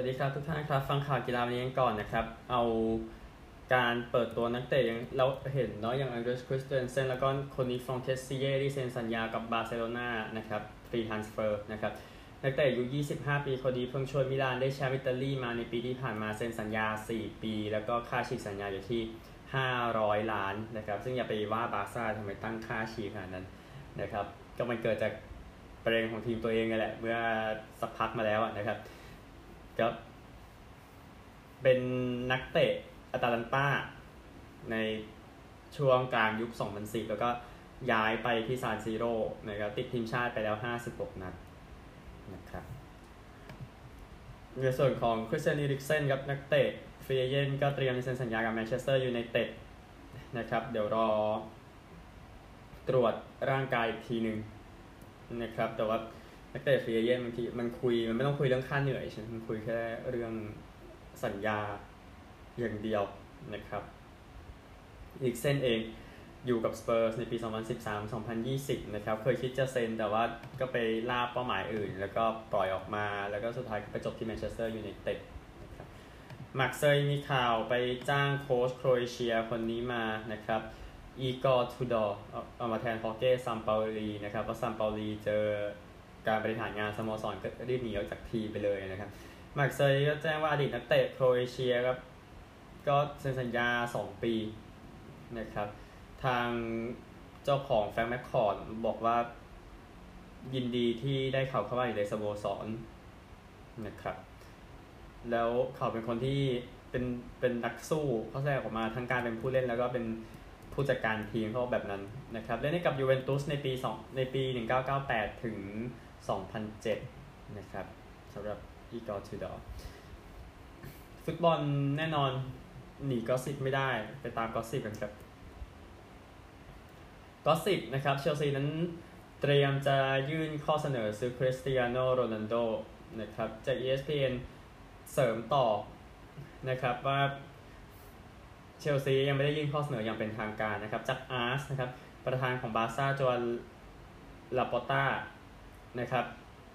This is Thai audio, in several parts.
วัสดีครับทุกท่านครับฟังข่าวกีฬาวันนี้กันก่อนนะครับเอาการเปิดตัวนักเตะเราเห็นเนาะอย่างอังเดรสคริสเตนเซนแล้วก็คนนี้ฟรองเคสซิเย่ที่เซ็นสัญญากับบาร์เซโลนานะครับฟรีทรานสเฟอร์นะครับนักเตะอายุ25 ปีคนนี้เพิ่งช่วยมิลานได้แชมป์อิตาลีมาในปีที่ผ่านมาเซ็นสัญญา4 ปีแล้วก็ค่าฉีกสัญญาอยู่ที่500 ล้านนะครับซึ่งอย่าไปว่าบาร์ซ่าทำไมตั้งค่าฉีกขนาดนั้นนะครับก็มันเกิดจากประเด็นของทีมตัวเองนั่นแหละเมื่อสักพักมาแล้วนะครับก็เป็นนักเตะอาตาลันตาในช่วงกลางยุค 2010 แล้วก็ย้ายไปที่ซานซิโร่นะครับติดทีมชาติไปแล้ว56 นัดนะครับในส่วนของคริสเตียน อีริกเซนครับนักเตะฟรีเอเจนต์ก็เตรียมเซ็นสัญญากับแมนเชสเตอร์ยูไนเต็ดนะครับเดี๋ยวรอตรวจร่างกายอีกทีนึงนะครับแต่ว่านักเตะฟรีเอเจนต์บางทีมันไม่ต้องคุยเรื่องค่าเหนื่อยใช่ไหมมันคุยแค่เรื่องสัญญาอย่างเดียวนะครับอีกเส้นเองอยู่กับสเปอร์สในปี 2013-2020 นะครับเคยคิดจะเซ็นแต่ว่าก็ไปล่าเป้าหมายอื่นแล้วก็ปล่อยออกมาแล้วก็สุดท้ายไปจบที่แมนเชสเตอร์ยูไนเต็ดนะครับมาร์กเซย์มีข่าวไปจ้างโค้ชโครเอเชียคนนี้มานะครับอีกอร์ทูดอร์เอามาแทนฮอเก้ซัมเปาลีนะครับเพราะซัมเปาลีเจอการบริหารงานสโมสรก็รีบหนีออกจากทีมไปเลยนะครับมาร์กเซย์ก็แจ้งว่าอดีตนักเตะโครเอเชียครับก็เซ็นสัญญา2 ปีนะครับทางเจ้าของแฟรงค์แมคคอร์ดบอกว่ายินดีที่ได้เข้ามาอยู่ในสโมสรนะครับแล้วเขาเป็นคนที่เป็นนักสู้เขาแสดงออกมาทั้งการเป็นผู้เล่นแล้วก็เป็นผู้จัดการทีมเขาแบบนั้นนะครับเล่นให้กับยูเวนตุสในปี 1998 ถึง 2007 นะครับสำหรับอีกอร์ทูดอร์ฟุตบอลแน่นอนหนีกอสซิปไม่ได้ไปตามกอสซิปกันครับกอสซิปนะครับเชลซีนั้นเตรียมจะยื่นข้อเสนอซื้อคริสเตียโนโรนัลโดนะครับจาก ESPN เสริมต่อนะครับว่าเชลซียังไม่ได้ยื่นข้อเสนออย่างเป็นทางการนะครับจากอาร์สนะครับประธานของบาร์ซ่าโจอันลาปอต้านะครับ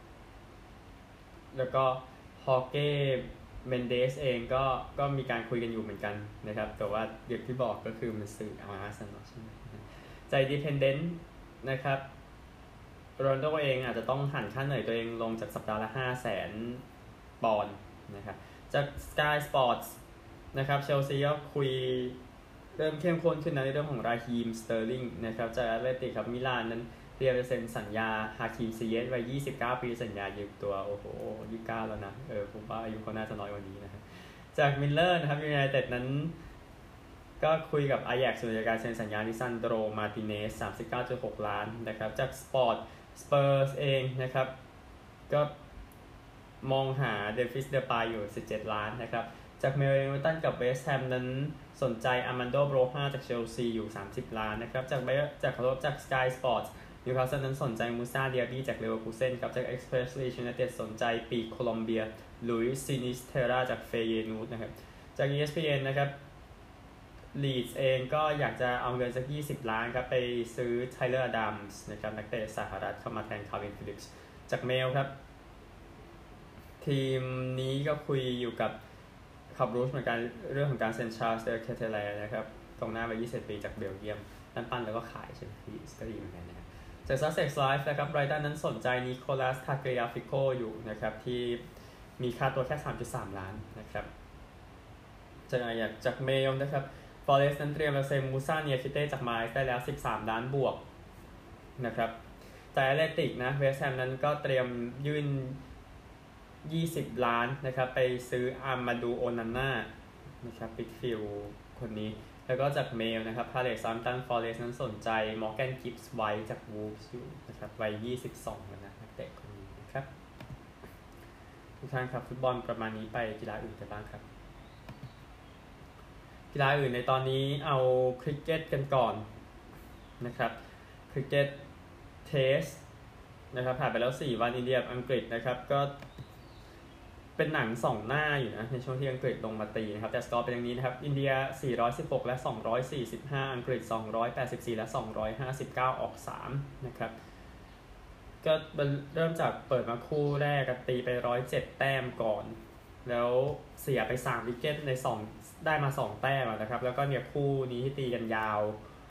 แล้วก็ฮอเก้เมนเดสเองก็มีการคุยกันอยู่เหมือนกันนะครับแต่ว่าอย่างที่บอกก็คือมันสื่ออาร์สเนาะใช่ไหมใจดิเพนเดนต์นะครับโรนัลโดเองอาจจะต้องหันค่าเหนื่อยตัวเองลงจากสัปดาห์ละ 500,000 ปอนด์นะครับจาก Sky Sports นะครับเชลซีก็คุยเริ่มเข้มข้นขึ้นในเรื่องของราฮีมสเตอร์ลิงนะครับจากแอตเลติกครับมิลานนั้นเตรียมจะเซ็นสัญญาฮาคิมซิเยสไว้29 ปีสัญญายืมตัวโอ้โห29แล้วนะผมว่าอายุเขาน่าจะน้อยกว่านี้นะครับจากมิลเลอร์นะครับยูไนเต็ดนั้นก็คุยกับอาแย็กซ์ในการเซ็นสัญญาลิซันโดรมาร์ติเนส 39.6 ล้านนะครับจากสเปอร์สเองนะครับก็มองหาเดฟิสเดปายอยู่17 ล้านนะครับจากเมลเวอร์ตันกับเวสต์แฮมนั้นสนใจอามันโดโบรฮาจากเชลซีอยู่30 ล้านนะครับจากสกายสปอร์ตนิวคาสเซิลนั้นสนใจมูซาเดียบีจากเลเวอร์คูเซ่นกับจากเอ็กซ์เพรสลียูไนเต็ดสนใจปีกโคลอมเบียลุยส์ซินิสเทราจากเฟเยนูสนะครับจาก ESPN นะครับลีดส์เองก็อยากจะเอาเงินสัก20 ล้านครับไปซื้อไทเลอร์อดัมส์นะครับนักเตะสหรัฐเข้ามาแทนคาร์วินฟิลิปส์จากเมลครับทีมนี้ก็คุยอยู่กับขับรูชเหมือนกันเรื่องของการเซ็นชาร์ลส์เดอเคเทเลนะครับตรงหน้าไป20 ปีจากเบลเยียมนั่นปั้นแล้วก็ขายใช่ไหมก็ดีเหมือนกันนะครับจากซัสเซ็กซ์ไลฟ์นะครับไบรตันนั้นสนใจนิโคลัสทาเกยาฟิโกอยู่นะครับที่มีค่าตัวแค่ 3.3 ล้านนะครับจากเมลนะครับฟอเรสต์นั้นเตรียมจะเซ็นมูซาเนียคิเต้จากไมล์ได้แล้ว13 ล้านบวกนะครับแต่แอตเลติกนะเวสต์แฮมนั้นก็เตรียมยื่น20 ล้านนะครับไปซื้ออามาดูโอนาน่านะครับปิดฟิลคนนี้แล้วก็จากเมลนะครับพาเลสซัมตันฟอเรสต์นั้นสนใจมอร์แกนกิฟส์ไว้จากวูฟส์อยู่นะครับวัย22แล้วนะนักเตะคนนี้นะครับทุกท่านครับฟุตบอลประมาณนี้ไปกีฬาอื่นกันบ้างครับกีฬาอื่นในตอนนี้เอาคริกเก็ตกันก่อนนะครับคริกเก็ตเทสนะครับผ่านไปแล้ว4 วันอินเดียกับอังกฤษนะครับก็เป็นหนัง2 หน้าอยู่นะในช่วงที่อังกฤษลงมาตีนะครับแต่สกอร์เป็นอย่างนี้นะครับอินเดีย416และ245อังกฤษ284และ259ออก3นะครับก็เริ่มจากเปิดมาคู่แรกตีไป107 แต้มก่อนแล้วเสียไป3วิกเก็ตใน2ได้มา2แต้มนะครับแล้วก็เนี่ยคู่นี้ที่ตีกันยาว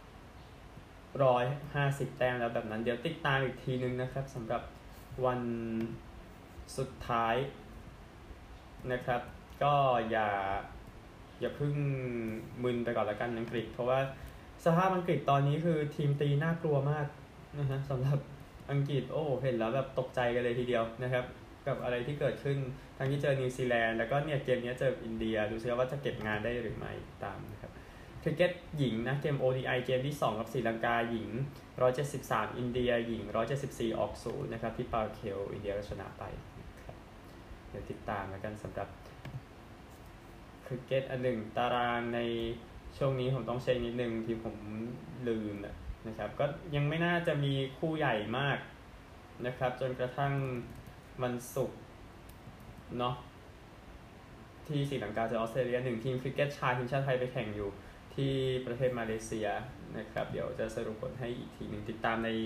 150แต้มแล้วแบบนั้นเดี๋ยวติดตามอีกทีนึงนะครับสำหรับวันสุดท้ายนะครับก็อย่าเพิ่งมึนไปก่อนละกันอังกฤษเพราะว่าสภาพอังกฤษตอนนี้คือทีมตีน่ากลัวมากนะฮะสำหรับอังกฤษโอ้เห็นแล้วแบบตกใจกันเลยทีเดียวนะครับกับอะไรที่เกิดขึ้นทั้งที่เจอนิวซีแลนด์แล้วก็เนี่ยเกมนี้เจออินเดียดูซิว่าจะเก็บงานได้หรือไม่ตามนะครับคริกเก็ตหญิงนะเกม ODI เกมที่2กับศรีลังกาหญิง173อินเดียหญิง174ออก0นะครับที่ปาเคลอินเดียก็ชนะไปนะครับเดี๋ยวติดตามแล้วกันสำหรับคริกเก็ตอันหนึ่งตารางในช่วงนี้ผมต้องเช็คนิดนึงที่ผมลืมนะครับก็ยังไม่น่าจะมีคู่ใหญ่มากนะครับจนกระทั่งวันศุกร์เนาะที่ศรีลังกาเจอออสเตรเลีย1ทีมคริกเก็ตชายทีมชาติไทยไปแข่งอยู่ที่ประเทศมาเลเซียนะครับเดี๋ยวจะสรุปผลให้อีกทีนึงติดตามใน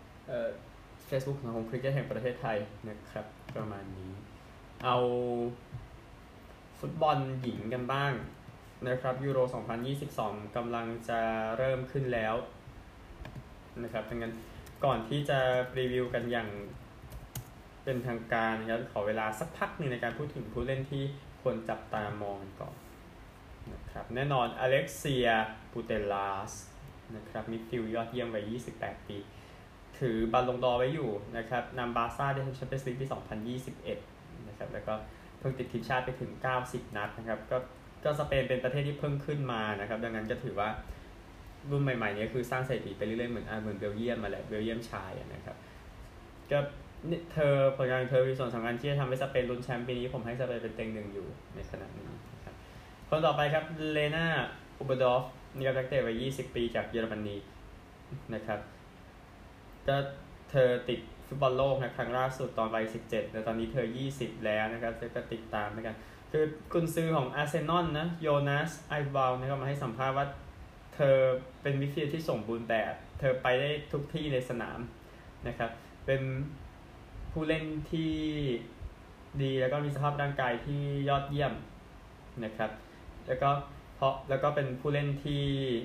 Facebook ของคริกเก็ตแห่งประเทศไทยนะครับประมาณนี้เอาฟุตบอลหญิงกันบ้างนะครับยูโร2022กำลังจะเริ่มขึ้นแล้วนะครับดังนั้นก่อนที่จะรีวิวกันอย่างเป็นทางการนะครับขอเวลาสักพักหนึ่งในการพูดถึงผู้เล่นที่ควรจับตามองก่อนนะครับแน่นอนอเล็กเซียปูเตลาสนะครับมิดฟิลด์ยอดเยี่ยมวัย28ปีถือบอลลงดอไว้อยู่นะครับนำบาร์ซ่าได้แชมเปี้ยนส์ลีกปี2021นะครับแล้วก็เพิ่งติดทีมชาติไปถึง90นัดนะครับก็สเปนเป็นประเทศที่เพิ่งขึ้นมานะครับดังนั้นก็ถือว่ารุ่นใหม่ๆนี้คือสร้างสถิติไปเรื่อยๆเหมือนเบลเยียมมาแหละเบลเยียมชายนะครับก็เธอผลงานเธอมีส่วนสำคัญที่จะทำให้สเปนลุ้นแชมป์ปีนี้ผมให้สเปนเป็นเต็งหนึ่งอยู่ในขณะนี้นะครับคนต่อไปครับเลนาอูเบอร์ดอฟนี่ก็นักเตะวัย20ปีจากเยอรมนีนะครับก็เธอติดฟุตบอลโลกนะครั้งล่าสุดตอนวัย17แต่ตอนนี้เธอ20แล้วนะครับก็ติดตามด้วยกันคือกุนซือของอาร์เซนอลนะโยนัสไอวาลนะครับมาให้สัมภาษณ์ว่าเธอเป็นมิดฟิลด์ที่สมบูรณ์แบบเธอไปได้ทุกที่ในสนามนะครับเป็นผู้เล่นที่ดีแล้วก็มีสภาพร่างกายที่ยอดเยี่ยมนะครับแล้วก็เป็นผู้เล่นที่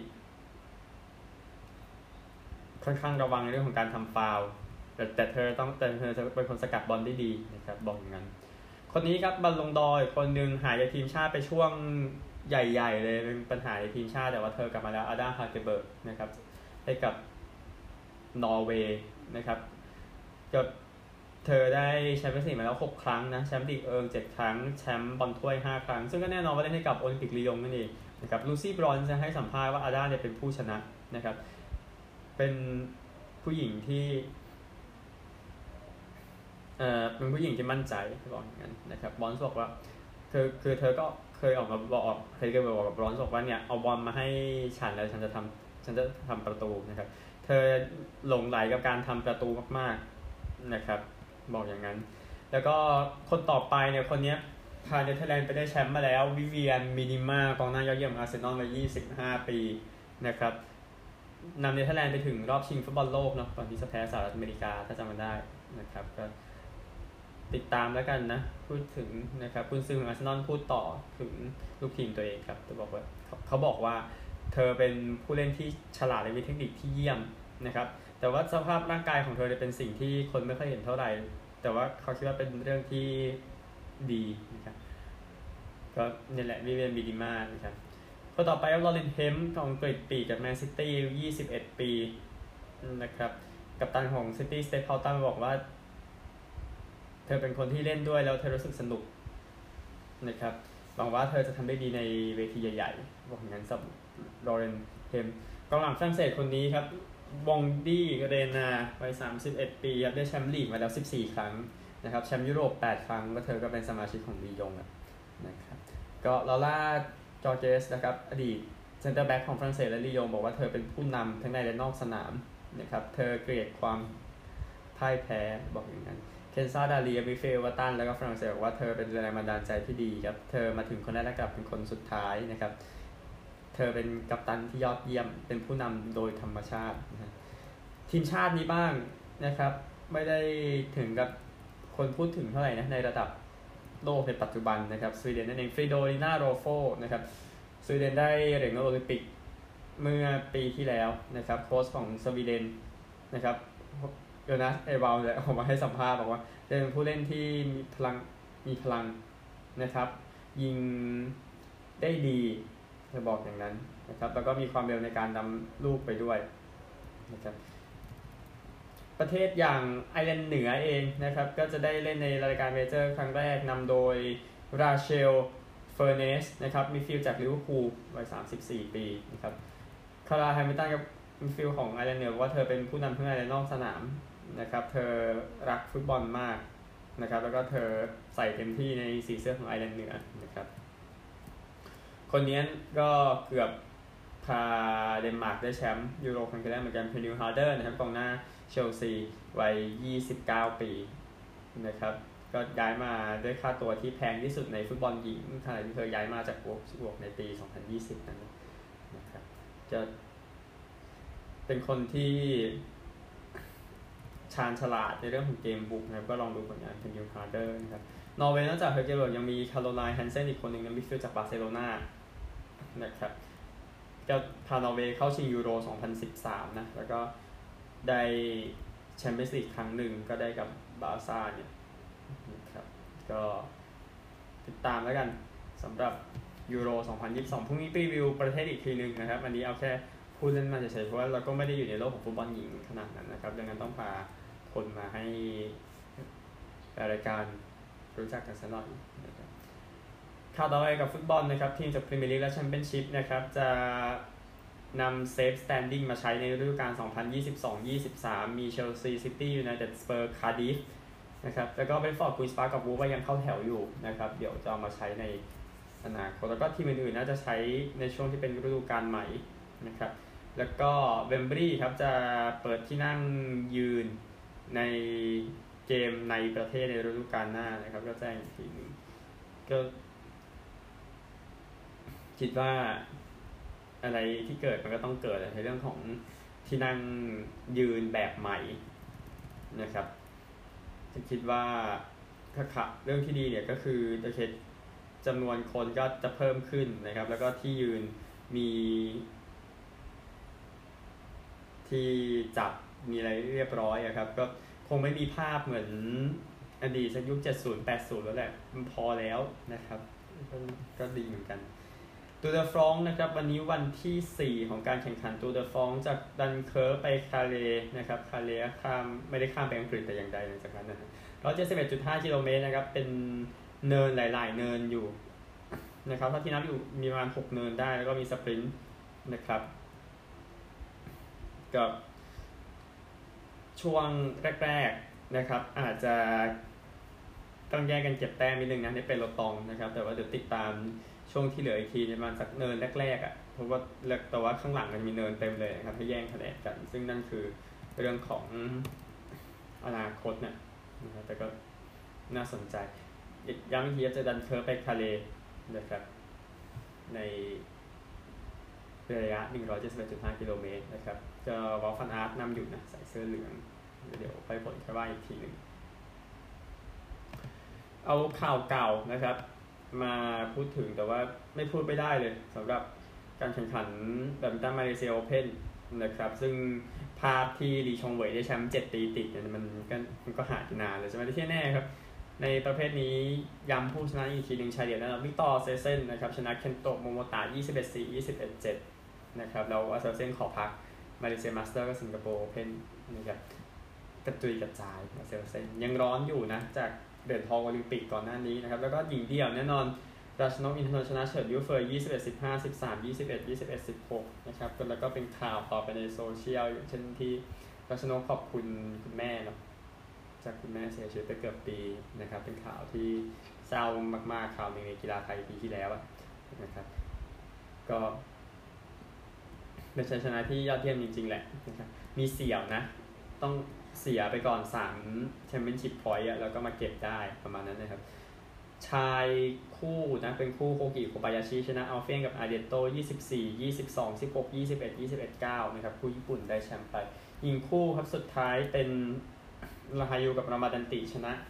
ค่อนข้างระวังในเรื่องของการทำฟาวล์แต่เธอจะเป็นคนสกัดบอลได้ดีนะครับบอกอย่างนั้นคนนี้ครับบัลลงดอร์อีกคนนึงหายจากทีมชาติไปช่วงใหญ่ๆเลยเป็นปัญหาในทีมชาติแต่ว่าเธอกลับมาแล้วอาดาฮาเกเบิร์กนะครับให้กับนอร์เวย์นะครับก็เธอได้แชมเปี้ยนส์ลีกมาแล้ว6ครั้งนะแชมป์ลีก7ครั้งแชมป์บอลถ้วย5ครั้งซึ่งก็แน่นอนว่าเล่นให้กับโอลิมปิกลียงนั่นเองนะครับลูซี่บรอนซ์จะให้สัมภาษณ์ว่าอาดาเนี่ยเป็นผู้ชนะนะครับเป็นผู้หญิงที่เป็นผู้หญิงที่มั่นใจบอกอย่างนั้นนะครับบรอนซ์บอกว่าคือเธอก็เคยออกมาบอกเคยบอกกับบรอนซ์บอกว่าเนี่ยเอาบอลมาให้ฉันแล้วฉันจะทำประตูนะครับเธอหลงไหลกับการทำประตูมากๆนะครับบอกอย่างนั้นแล้วก็คนต่อไปเนี่ยคนนี้พาเนเธอร์แลนด์ไปได้แชมป์มาแล้ววิเวียนมินิมากองหน้ายอดเยี่ยมอาร์เซนอลวัย25ปีนะครับนำเนเธอร์แลนด์ไปถึงรอบชิงฟุตบอลโลกเนาะตอนที่จะแพ้สหรัฐอเมริกาถ้าจำกันได้นะครับก็ติดตามแล้วกันนะพูดถึงนะครับคุณซื้อของอาร์เซนอลพูดต่อถึงลูกทีมตัวเองครับเขาบอกว่าเธอเป็นผู้เล่นที่ฉลาดและมีเทคนิคที่เยี่ยมนะครับแต่ว่าสภาพร่างกายของเธอเป็นสิ่งที่คนไม่ค่อยเห็นเท่าไหร่แต่ว่าเขาคิดว่าเป็นเรื่องที่ดีนะครับก็นี่แหละวิเวียนบิดิมานะครับคนต่อไปก็ลอเรนเฮมของอังกฤษปีกับแมนซิตี้21ปีนะครับกัปตันของซิตี้สเตฟเฮาตันบอกว่าเธอเป็นคนที่เล่นด้วยแล้วเธอรู้สึกสนุกนะครับหวังว่าเธอจะทำได้ดีในเวทีใหญ่ๆบอกอย่างนั้นสำหรับลอเรนเฮมกองหลังฝรั่งเศสคนนี้ครับวองดี้เรนาวัย31ปีครับได้แชมป์ลีกมาแล้ว14ครั้งนะครับแชมป์ยุโรป8ครั้งก็เธอก็เป็นสมาชิกของลียงนะครับก็ลอร่าจอร์เจสนะครับอดีตเซ็นเตอร์แบ็คของฝรั่งเศสและลียงบอกว่าเธอเป็นผู้นำทั้งในและนอกสนามนะครับเธอเกลียดความพ่ายแพ้บอกอย่างนั้นเคนซาดาเลียมิเฟลวัตันแล้วก็ฝรั่งเศสบอกว่าเธอเป็นแรงบันดาลใจที่ดีครับเธอมาถึงคนแรกและกลับเป็นคนสุดท้ายนะครับเธอเป็นกัปตันที่ยอดเยี่ยมเป็นผู้นำโดยธรรมชาตินะทีมชาตินี้บ้างนะครับไม่ได้ถึงกับคนพูดถึงเท่าไหร่นะในระดับโลกในปัจจุบันนะครับสวีเดนนั่นเองฟริโดลิน่าโรโฟนะครับสวีเดนได้เหรียญเงินโอลิมปิกเมื่อปีที่แล้วนะครับโค้ชของสวีเดนนะครับโยนาสเอวาลเลยออกมาให้สัมภาษณ์บอกว่าเป็นผู้เล่นที่มีพลังนะครับยิงได้ดีจะบอกอย่างนั้นนะครับแล้วก็มีความเร็วในการนำลูกไปด้วยนะครับประเทศอย่างไอร์แลนด์เหนือเองนะครับก็จะได้เล่นในรายการเมเจอร์ครั้งแรกนำโดยราเชลเฟอร์เนสนะครับมิดฟิลด์จากลิเวอร์พูลวัย34 ปีนะครับคาราแฮมิลตันกับมิดฟิลด์ของไอร์แลนด์เหนือว่าเธอเป็นผู้นำทั้งในและนอกสนามนะครับเธอรักฟุตบอลมากนะครับแล้วก็เธอใส่เต็มที่ในสีเสื้อของไอร์แลนด์เหนือนะครับคนนี้ก็เกือบพาเดนมาร์กได้แชมป์ยูโรครั้งที่แล้วเหมือนกันเพนิวฮาร์เดอร์นะครับกองหน้าเชลซีวัย29 ปีนะครับก็ย้ายมาด้วยค่าตัวที่แพงที่สุดในฟุตบอลหญิงขณะที่เธอย้ายมาจากวกในปี 2020 นั้นนะครับจะเป็นคนที่ชาญฉลาดในเรื่องของเกมบุกนะครับก็ลองดูผลงานเพนิวฮาร์เดอร์นะครับนอร์เวย์นอกจากเฮอร์เกเบิร์กยังมีคาโรไลน์แฮนเซนอีกคนหนึ่งในมิดฟิลด์จากบาร์เซโลนานะครับก็พานอร์เวย์เข้าชิงยูโร 2013 นะแล้วก็ได้แชมเปี้ยนส์ลีกครั้งหนึ่งก็ได้กับบาร์ซ่าเนี่ยนะครับก็ติดตามแล้วกันสำหรับยูโร 2022 พรุ่งนี้รีวิวประเทศอีกทีนึงนะครับอันนี้เอาแค่พูดเล่นมาเฉยๆเพราะว่าเราก็ไม่ได้อยู่ในโลกของฟุตบอลหญิงขนาดนั้นนะครับดังนั้นต้องพาคนมาให้รายการรู้จักกันสักหน่อยนะครับข่าวต่อไปกับฟุตบอลนะครับทีมจากพรีเมียร์ลีกและแชมเปี้ยนชิพนะครับจะนำเซฟสแตนดิ้งมาใช้ในฤดูกาล 2022-23 มีเชลซีซิตี้ยูไนเต็ดสเปอร์คาร์ดิฟนะครับแล้วก็เบรนท์ฟอร์ดควีนส์พาร์คกับวูฟยังเข้าแถวอยู่นะครับเดี๋ยวจะเอามาใช้ในอนาคตแล้วก็ทีมอื่นๆน่าจะใช้ในช่วงที่เป็นฤดูกาลใหม่นะครับแล้วก็เวมบลีย์ครับจะเปิดที่นั่งยืนในเกมในประเทศในฤดูกาลหน้านะครับก็แจ้งอีกทีนึงก็คิดว่าอะไรที่เกิดมันก็ต้องเกิดในเรื่องของที่นั่งยืนแบบใหม่นะครับจะคิดว่าเรื่องที่ดีเนี่ยก็คือจำนวนคนก็จะเพิ่มขึ้นนะครับแล้วก็ที่ยืนมีที่จับมีอะไรเรียบร้อยครับก็คงไม่มีภาพเหมือนอดีตสักยุค 70-80 แล้วแหละมันพอแล้วนะครับก็ดีเหมือนกันตูเดอฟรองนะครับวันนี้วันที่4ของการแข่งขันตูเดอฟรองจากดันเคิร์ไปคาเลนะครับคาเลไม่ได้ข้ามไปอังกฤษแต่อย่างใดหลังจากนั้นนะครับ 171.5 กิโลเมตรนะครับเป็นเนินหลายๆเนินอยู่นะครับถ้าที่นับอยู่มีประมาณ6เนินได้แล้วก็มีสปรินต์นะครับกับช่วงแรกๆนะครับอาจจะต้องแยกกันเก็บแต้มนิดนึงนะในเป็นรถตองนะครับแต่ว่าเดี๋ยวติดตามช่วงที่เหลืออีกทีประมาณสักเนินแรกๆอ่ะเพราะว่าแต่ว่าข้างหลังมันมีเนินเต็มเลยครับให้แย่งคะแนนกันซึ่งนั่นคือเรื่องของอนาคตเนี่ยนะครับแต่ก็น่าสนใจย้ำอีกทีจะดันเคิร์ฟไปคาเลนะครับในระยะ 171.5 กิโลเมตรนะครับจะวอลฟันอาร์ตนำอยู่นะใส่เสื้อเหลืองเดี๋ยวไปผลค่อยว่าอีกทีหนึ่งเอาข่าวเก่านะครับมาพูดถึงแต่ว่าไม่พูดไม่ได้เลยสำหรับการแข่งขันแบดมินตันมาเลเซียโอเพ่นนะครับซึ่งภาพที่ลีชงเหวยได้แชมป์7 ปีติดเนี่ยมันก็หายนานเลยใช่ไหมที่แน่ครับในประเภทนี้ย้ำผู้ชนะอีกทีหนึ่งชายเดี่ยวนะครับวิกตอร์เซเซนนะครับชนะเคนโตะโมโมตะ 21-4 21-7 นะครับแล้วอาเซเซนขอพักมาเลเซียมาสเตอร์กับสิงคโปร์โอเพ่นนะครับกระจุยกระจายอาเซเซนยังร้อนอยู่นะจากเหรียญทองโอลิมปิกก่อนหน้านี้นะครับแล้วก็หญิงเดี่ยวแน่นอนราชนกอินเตอร์เนชั่นแนลชนะเฉิดยูเฟอร์ 21-15 13 21 21 16นะครับแล้วก็เป็นข่าวต่อไปในโซเชียลอย่างเช่นที่ราชนกขอบคุณคุณแม่เนาะจากคุณแม่เสียชีวิตไปเกือบปีนะครับเป็นข่าวที่เศร้ามากๆข่าวในกีฬาไทยปีที่แล้วนะครับก็เป็นชัยชนะที่ยอดเยี่ยมจริงๆแหละนะครับมีเสี่ยวนะต้องเสียไปก่อน3 Championship Point แล้วก็มาเก็บได้ประมาณนั้นนะครับชายคู่นะเป็นคู่โคกิโคบายาชิชนะอัลเฟียนกับอาเดโต 24 22 16 21 21 9นะครับคู่ญี่ปุ่นได้แชมป์ไปยิงคู่ครับสุดท้ายเป็นราฮายูกับรามาดันติชนะ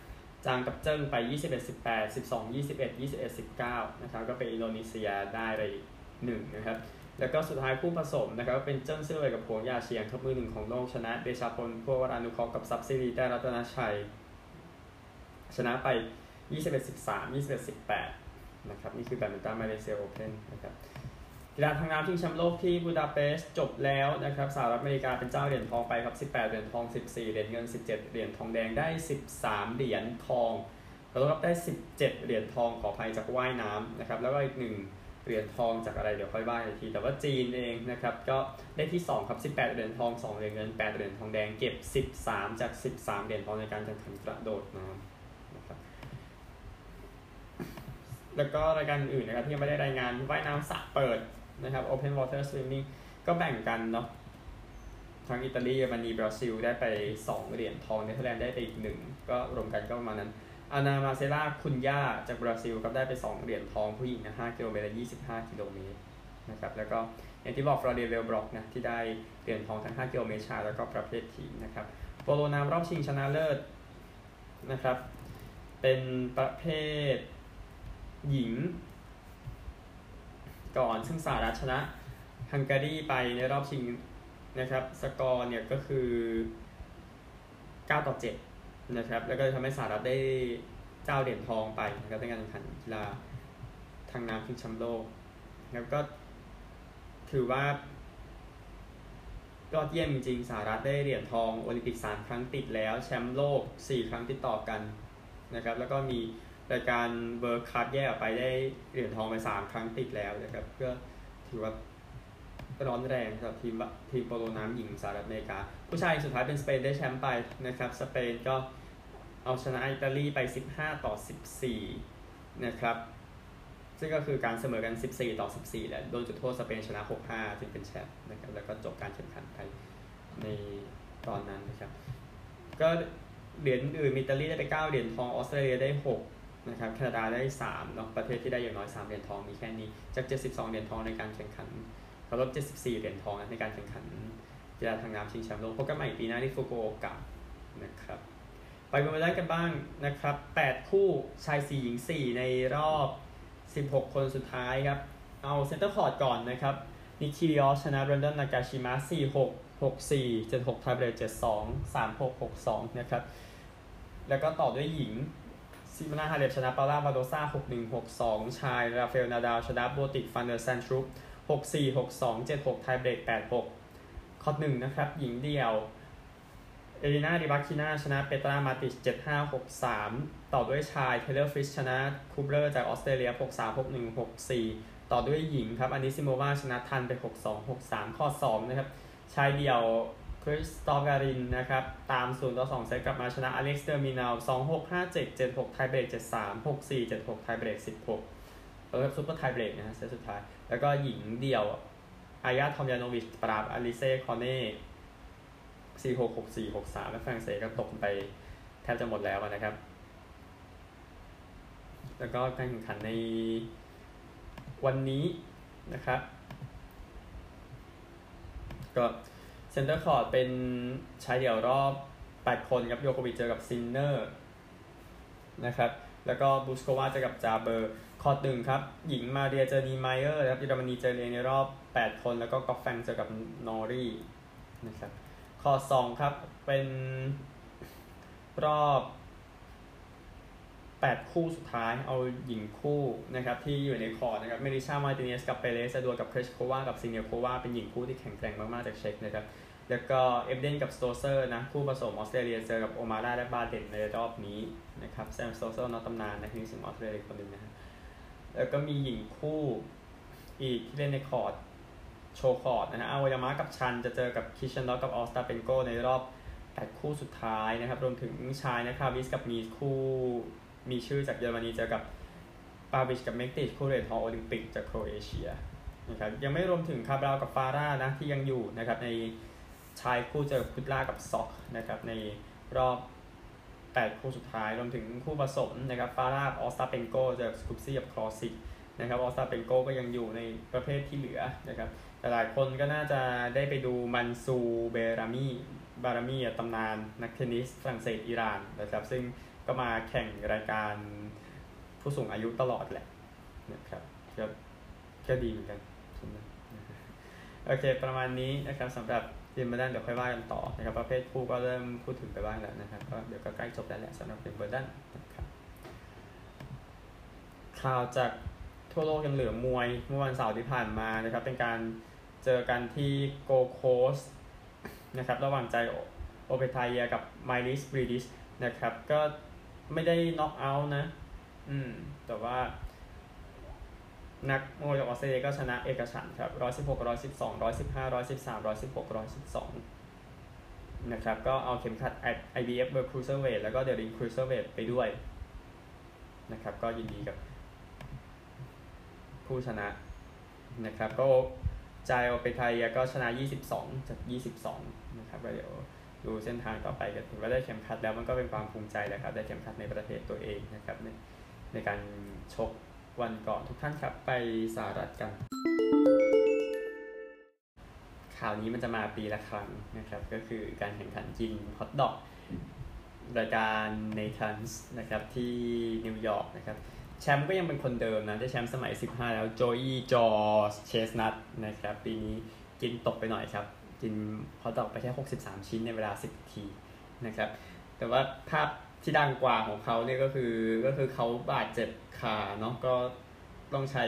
จางกับเจิ้งไป21-18 12-21 21-19นะครับก็เป็นอินโดนีเซียได้ไป1นะครับแล้วก็สุดท้ายคู่ผสมนะครับเป็นเจิ้งซื่อเว่ยกับหวงหย่าเฉียงครับมือ1ของโลกชนะเดชาพลพัววรานุเคราะห์กับซับซิรีแต้รัตนชัยชนะไป21-13 21-18นะครับนี่คือแบดมินตันมาเลเซียโอเพ่นนะครับกีฬาทางน้ำชิงแชมป์โลกที่บูดาเปสต์จบแล้วนะครับสหรัฐอเมริกาเป็นเจ้าเหรียญทองไปครับ18เหรียญทอง14เหรียญเงิน17เหรียญทองแดงได้13เหรียญทองแล้วก็ได้17เหรียญทองขออภัยจากว่ายน้ำนะครับแล้วก็อีก1เหรียญทองจากอะไรเดี๋ยวค่อยว่าอีกทีแต่ว่าจีนเองนะครับก็ได้ที่2ครับ18เหรียญทอง2เหรียญเงิน8เหรียญทองแดงเก็บ13จาก13เหรียญทองในการแข่งขันกระโดดน้ำนะครับแล้วก็รายการอื่นนะครับที่ยังไม่ได้รายงานว่ายน้ำสระเปิดนะครับ Open Water Swimming ก็แบ่งกันเนาะทั้งอิตาลีเยอรมนีบราซิลได้ไป2เหรียญทองเนเธอร์แลนด์ได้ไปอีก1ก็รวมกันก็ประมาณนั้นอานามาเซล่าคุนย่าจากบราซิลก็ได้ไป2เหรียญทองผู้หญิงนะ5กิโลเมตรและ25กิโลเมตรนะครับแล้วก็อย่างที่บอกฟลอเรียเวลบล็อกนะที่ได้เหรียญทองทั้ง5กิโลเมตรชายแล้วก็ประเภททีมนะครับโปโลน้ำรอบชิงชนะเลิศนะครับเป็นประเภทหญิงก่อนซึ่งสหรัฐชนะฮังการีไปในรอบชิงนะครับสกอร์เนี่ยก็คือ9-7นะครับแล้วก็ทำให้สหรัฐได้เจ้าเหรียญทองไปนะครับในการแข่งขันกีฬาทางน้ำชิงแชมป์โลกแล้วก็ถือว่ายอดเยี่ยมจริงๆสหรัฐได้เหรียญทองโอลิมปิก3ครั้งติดแล้วแชมป์โลก4ครั้งติดต่อกันนะครับแล้วก็มีรายการเวิลด์คัพแยกออกไปได้เหรียญทองไป3ครั้งติดแล้วนะครับก็ถือว่าร้อนแรงสำหรับทีมโปโลน้ำหญิงสหรัฐอเมริกาผู้ชายสุดท้ายเป็นสเปนได้แชมป์ไปนะครับสเปนก็เอาชนะอิตาลีไป15-14นะครับซึ่งก็คือการเสมอกัน14-14แหละโดนจุดโทษสเปนชนะ 6-5 จึงเป็นแชมป์นะครับแล้วก็จบการแข่งขันไปในตอนนั้นนะครับก็เหรียญอื่นอิตาลีได้ไป9เหรียญทองออสเตรเลียได้6นะครับแคนาดาได้3เนาะประเทศที่ได้อย่างน้อย3เหรียญทองมีแค่นี้จาก72เหรียญทองในการแข่งขันเขาลด74เหรียญทองในการแข่งขันกีฬาทางน้ำชิงแชมป์โลกพบกันใหม่ปีหน้าที่ฟุกุโอกะนะครับไปกันไปได้กันบ้างนะครับ8คู่ชาย4หญิง4ในรอบ16คนสุดท้ายครับเอาเซ็นเตอร์คอร์ตก่อนนะครับนิคิริออสชนะเรนดอนนากาชิมะ 4-6 6-4 7-6 ไทยเบรก 7-2 3-6 6-2 นะครับแล้วก็ต่อด้วยหญิงซิโมนาฮาเลปชนะปาล่าบาโดซ่า 6-1 6-2 ชายราฟาเอลนาดาลชนะโบติกฟันเดอร์แซนทรุป 6-4 6-2 7-6 ไทยเบรก 8-6 คอร์ต1นะครับหญิงเดี่ยวเอลินาดิบาคิน่าชนะเปตรามาติช 7-5 6-3 ต่อด้วยชายเทเลอร์ฟิชชนะคูเบอร์จากออสเตรเลีย 6-3 6-1 6-4 ต่อด้วยหญิงครับอานิซิโมวาชนะทันไป 6-2 6-3 ข้อ2นะครับชายเดี่ยวคริสตอฟการินนะครับตาม 0-2 เซตกลับมาชนะอเล็กซ์เดอร์มินาล 2-6 5-7 7-6 ไทยเบรก 7-3 6-4 7-6 ไทยเบรก 16ซุปเปอร์ไทยเบรกนะฮะเซตสุดท้ายแล้วก็หญิงเดี่ยวอายาทอมยานโนวิชปราบอลิเซ่คอนเน่4-6 6-4 6-3 และฝรั่งเศสก็ตกไปแทบจะหมดแล้วนะครับแล้วก็การแข่งขันในวันนี้นะครับก็เซ็นเตอร์คอร์ตเป็นชายเดี่ยวรอบ8คนครับโยโควิชเจอกับซินเนอร์นะครับแล้วก็บูสโควาเจอกับจาเบอร์คอร์ต1ครับหญิงมาเรียเจอนีไมเออร์ครับเยอรมนีเจอเรียในรอบ8คนแล้วก็กอฟแฟงเจอกับนอรี่นะครับคอร์ต2ครับเป็นรอบ8คู่สุดท้ายเอาหญิงคู่นะครับที่อยู่ในคอร์ตนะครับเมลิชามาร์ติเนสกับเปเรสดวลกับเครชโควากับซิเนียโควาเป็นหญิงคู่ที่แข็งแกร่งมากๆจากเช็กนะครับแล้วก็เอฟเดนกับสโตเซอร์นะคู่ผสมออสเตรเลียเจอกับโอมาร่าและบาเดนในรอบนี้นะครับแซมสโตเซอร์นักตำนานนะที่สิงออสเตรเลียคนหนึ่งนะฮะแล้วก็มีหญิงคู่อีกที่เล่นในคอร์ตโชว์คอร์ตนะฮะอาวายามะกับชันจะเจอกับคิชเชนด็อกกับออสตาเปนโกในรอบ8คู่สุดท้ายนะครับรวมถึงชายนะครับวิสกับมีคู่มีชื่อจากเยอรมนีเจอกับปาวิชกับเมกติชคู่เหรียญทองโอลิมปิกจากโครเอเชียนะครับยังไม่รวมถึงคาบราวกับฟาร่านะที่ยังอยู่นะครับในชายคู่เจอพุตล่ากับซ็อกนะครับในรอบ8คู่สุดท้ายรวมถึงคู่ผสมนะครับฟาร่าออสตาเปนโกเจอสกูปซี่กับคลอสิกนะครับออสตาเปนโกก็ยังอยู่ในประเภทที่เหลือนะครับแต่หลายคนก็น่าจะได้ไปดูมันซูบารามีตำนานนักเทนนิสฝรั่งเศสอิหร่านนะครับซึ่งก็มาแข่งรายการผู้สูงอายุตลอดแหละนะครับก็ดีเหมือนกันโอเคประมาณนี้นะครับสำหรับวิมเบิลดันเดี๋ยวค่อยว่ากันต่อนะครับประเภทคู่ก็เริ่มพูดถึงไปบ้างแล้วนะครับก็เดี๋ยวก็ใกล้จบแล้วแหละสำหรับวิมเบิลดันนะครับข่าวจากทั่วโลกยังเหลือมวยเมื่อวันเสาร์ที่ผ่านมานะครับเป็นการเจอกันที่โกลด์โคสต์นะครับระหว่างใจโอเปทายากับไมลิสบรีดิชนะครับก็ไม่ได้น็อกเอาท์นะแต่ว่านักมวยจากออสเตรเลียก็ชนะเอกฉันท์ครับ116 112 115 113 116 112นะครับก็เอาเข็มขัด IBF World Cruiserweight แล้วก็ The Ring Cruiserweight ไปด้วยนะครับก็ยินดีกับผู้ชนะนะครับก็จายโอเปทายาก็ชนะ22จาก22นะครับก็เดี๋ยวดูเส้นทางต่อไปกันถือว่าได้เข็มขัดแล้วมันก็เป็นความภูมิใจแหละครับได้เข็มขัดในประเทศตัวเองนะครับในการชกวันก่อนทุกท่านครับไปสหรัฐกันข่าวนี้มันจะมาปีละครั้งนะครับก็คือการแข่งขันกินฮอทดอกรายการเนทันส์นะครับที่นิวยอร์กนะครับแชมป์ก็ยังเป็นคนเดิมนะได้แชมป์สมัย15แล้วโจอี้จอร์จเชสนัทนะครับปีนี้กินตกไปหน่อยครับกินฮอทดอกไปแค่63ชิ้นในเวลา10นาทีนะครับแต่ว่าภาพที่ดังกว่าของเขาเนี่ยก็คือเขาบาดเจ็บขาเนาะก็ต้องใช้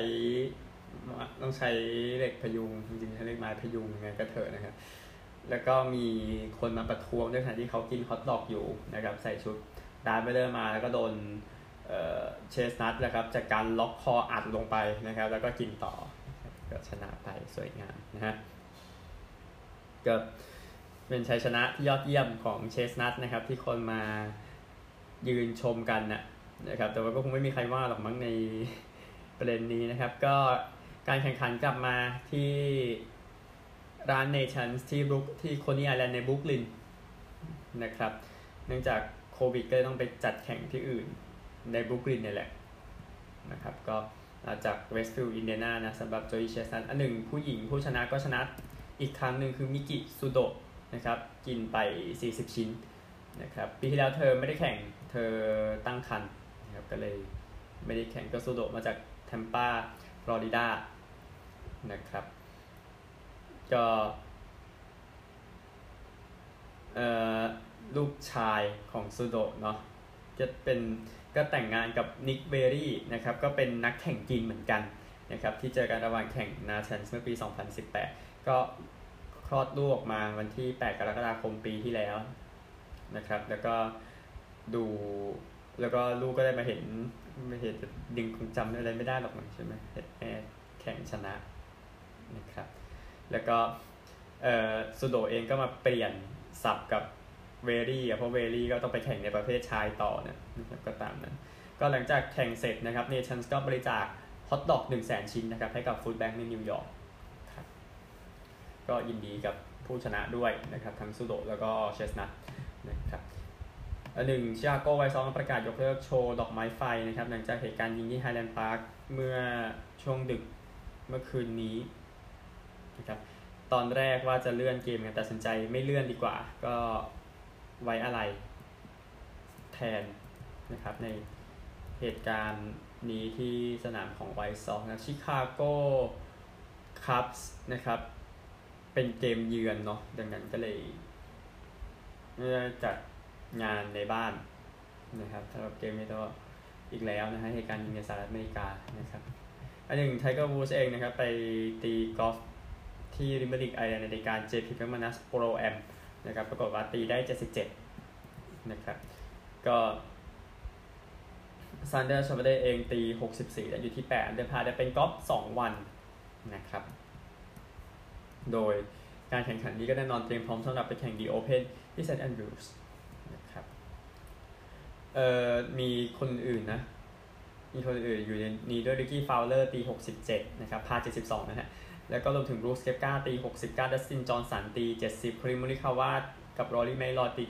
เหล็กพยุงจริงๆใช้เหล็กไม้พยุงยังไงก็เถอะนะครับแล้วก็มีคนมาประท้วงด้วยขณะที่เขากินฮอทดอกอยู่นะครับใส่ชุดดาร์ธเวเดอร์มาแล้วก็โดนเชสนัทนะครับจากการล็อกคออัดลงไปนะครับแล้วก็กินต่อก็ชนะไปสวยงามนะฮะก็เป็นชัยชนะที่ยอดเยี่ยมของเชสนัทนะครับที่คนมายืนชมกันนะครับแต่ว่าก็คงไม่มีใครว่าหรอกมั้งในประเด็นนี้นะครับก็การแข่งขันกลับมาที่ร้าน Nations ที่โคนีไอแลนด์ในบรุกลินนะครับเนื่องจากโควิดก็ต้องไปจัดแข่งที่อื่นในบรุกลินนี่แหละนะครับก็จากเวสต์ฟิลด์อินเดียนานะสำหรับโจอี้เชสนัทผู้หญิงผู้ชนะก็ชนะอีกครั้งหนึ่งคือมิกิซูโดะนะครับกินไป40ชิ้นนะครับปีที่แล้วเธอไม่ได้แข่งเธอตั้งครรภ์นะครับก็เลยไม่ได้แข่งก็ซูโดะมาจากแทมปาฟลอริดานะครับก็ลูกชายของซูโดะเนาะก็แต่งงานกับนิกเบอรี่นะครับก็เป็นนักแข่งกินเหมือนกันนะครับที่เจอกันระหว่างแข่งนาชันส์เมื่อปี2018ก็คลอดลูกออกมาวันที่8 กรกฎาคมปีที่แล้วนะครับแล้วก็ลูกก็ได้มาเห็นดึงคงจำอะไรไม่ได้หรอกใช่ไหมแข่งชนะนะครับแล้วก็ซูโดเองก็มาเปลี่ยนสับกับเวรี่เพราะเวรี่ก็ต้องไปแข่งในประเภทชายต่อนะครับก็ตามนั้นก็หลังจากแข่งเสร็จนะครับเนชั่นส์ก็บริจาคฮอทดอก 100,000 ชิ้นนะครับให้กับฟู้ดแบงค์ในนิวยอร์กครับก็ยินดีกับผู้ชนะด้วยนะครับทั้งซูโดแล้วก็เชสนัทนะครับชิคาโกไวท์ซ็อกซ์ประกาศยกเลิกโชว์ดอกไม้ไฟนะครับหลังจากเหตุการณ์ยิงที่ไฮแลนด์พาร์คเมื่อช่วงดึกเมื่อคืนนี้นะครับตอนแรกว่าจะเลื่อนเกมกันแต่ตัดสินใจไม่เลื่อนดีกว่าก็ไว้อะไรแทนนะครับในเหตุการณ์นี้ที่สนามของไวท์ซ็อกซ์นะชิคาโกคัพส์นะครับเป็นเกมเยือนเนาะดังนั้นก็เลยจัดงานในบ้านนะครับสำหรับเกมนี้ก็อีกแล้วนะฮะเหตุการณ์ยิงในสหรัฐอเมริกานะครับไทเกอร์วูดส์เองนะครับไปตีกอล์ฟที่ริมเบอร์ลิกไอแลนด์ในรายการ JP McManus Pro Am นะครับปรากฏว่าตีได้77นะครับก็ซันเดอร์ชาเบเดเองตี64และอยู่ที่8เดือนพาได้เป็นกอล์ฟ2วันนะครับโดยการแข่งขันนี้ก็แน่นอนเตรียมพร้อมสำหรับไปแข่ง The Open ที่เซนต์แอนดรูส์นะครับมีคนอื่นนะมีคนอื่นอยู่ในนี้ด้วยริกกี้ฟาวเลอร์ตี67นะครับพา72นะฮะแล้วก็รวมถึงบรูซเคปกาตี69ดัสตินจอห์นสันตี70คริมมูริคาวาดกับรอรี่เมย์ลอตี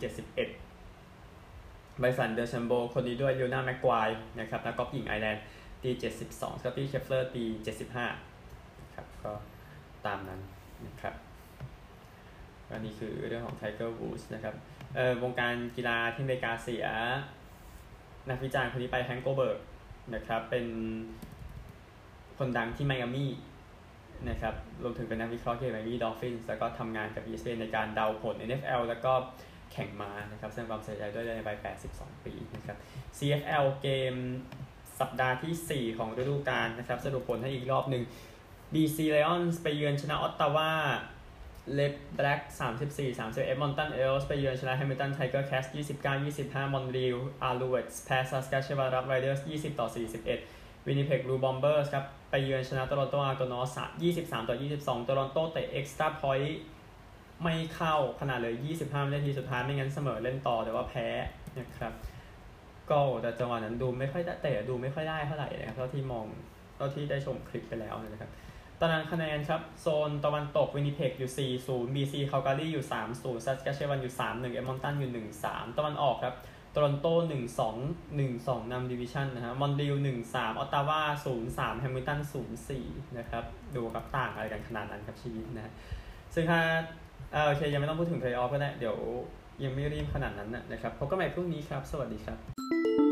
71ไบสันเดอร์แชมโบคนนี้ด้วยลิโอนาแม็กควายนะครับนักกอล์ฟหญิงไอร์แลนด์ตี72สกอตตี้เคฟเลอร์ตี75ครับก็ตามนั้นนะครับก็นี่คือเรื่องของไทเกอร์วูดส์นะครับวงการกีฬาที่อเมริกาเสียนักวิจารณ์คนนี้ไปแฮงก์ โกเบิร์กนะครับเป็นคนดังที่ไมอามี่นะครับรวมถึงเป็นนักวิเคราะห์เกมไมอามี่ดอลฟินส์แล้วก็ทำงานกับ ESPN ในการเดาผล NFL แล้วก็แข่งม้านะครับแสดงความเสียใจด้วยในวัย82 ปีนะครับ CFL เกมสัปดาห์ที่ 4 ของฤดูกาลนะครับสรุปผลให้อีกรอบหนึ่ง BC Lions ไปเยือนชนะออตตาวาเลดแบล็ก34-31 มอนตันเอลส์ไปเยือนชนะแฮมิลตันไทเกอร์แคสต์29-25 มอนรีลอาร์ลูเวตส์แพ้ซัสแคชวารับไรเดอร์ส20-41 วินนิเพกบลูบอมเบอร์สครับไปเยือนชนะโตรอนโตอาร์โกนอส23-22 โตรอนโตเตะเอ็กซ์ตร้าพอยต์ไม่เข้าขนาดเลย25วินาทีสุดท้ายไม่งั้นเสมอเล่นต่อแต่ว่าแพ้นะครับก็แต่จังหวะนั้นดูไม่ค่อยเตะดูไม่ค่อยได้เท่าไหร่นะครับเท่าที่มองเท่าที่ได้ชมคลิปไปแล้วนะครับตารางคะแนนครับโซนตะวันตกวินนิเพกอยู่4-0 BC คาลการีอยู่3-0 ซัสแคชวันอยู่3-1 เอดมอนตันอยู่1-3 ตะวันออกครับโตรอนโต1-2 นำดิวิชั่นนะฮะมอนรีล1-3 ออตตาวา0-3 แฮมิลตัน0-4นะครับดูครับต่างอะไรกันขนาดนั้นครับชีวิตนะฮะซึ่งถ้าโอเคยังไม่ต้องพูดถึงเพลย์ออฟก็ได้เดี๋ยวยังไม่รีบขนาดนั้นนะครับพบกันใหม่พรุ่งนี้ครับสวัสดีครับ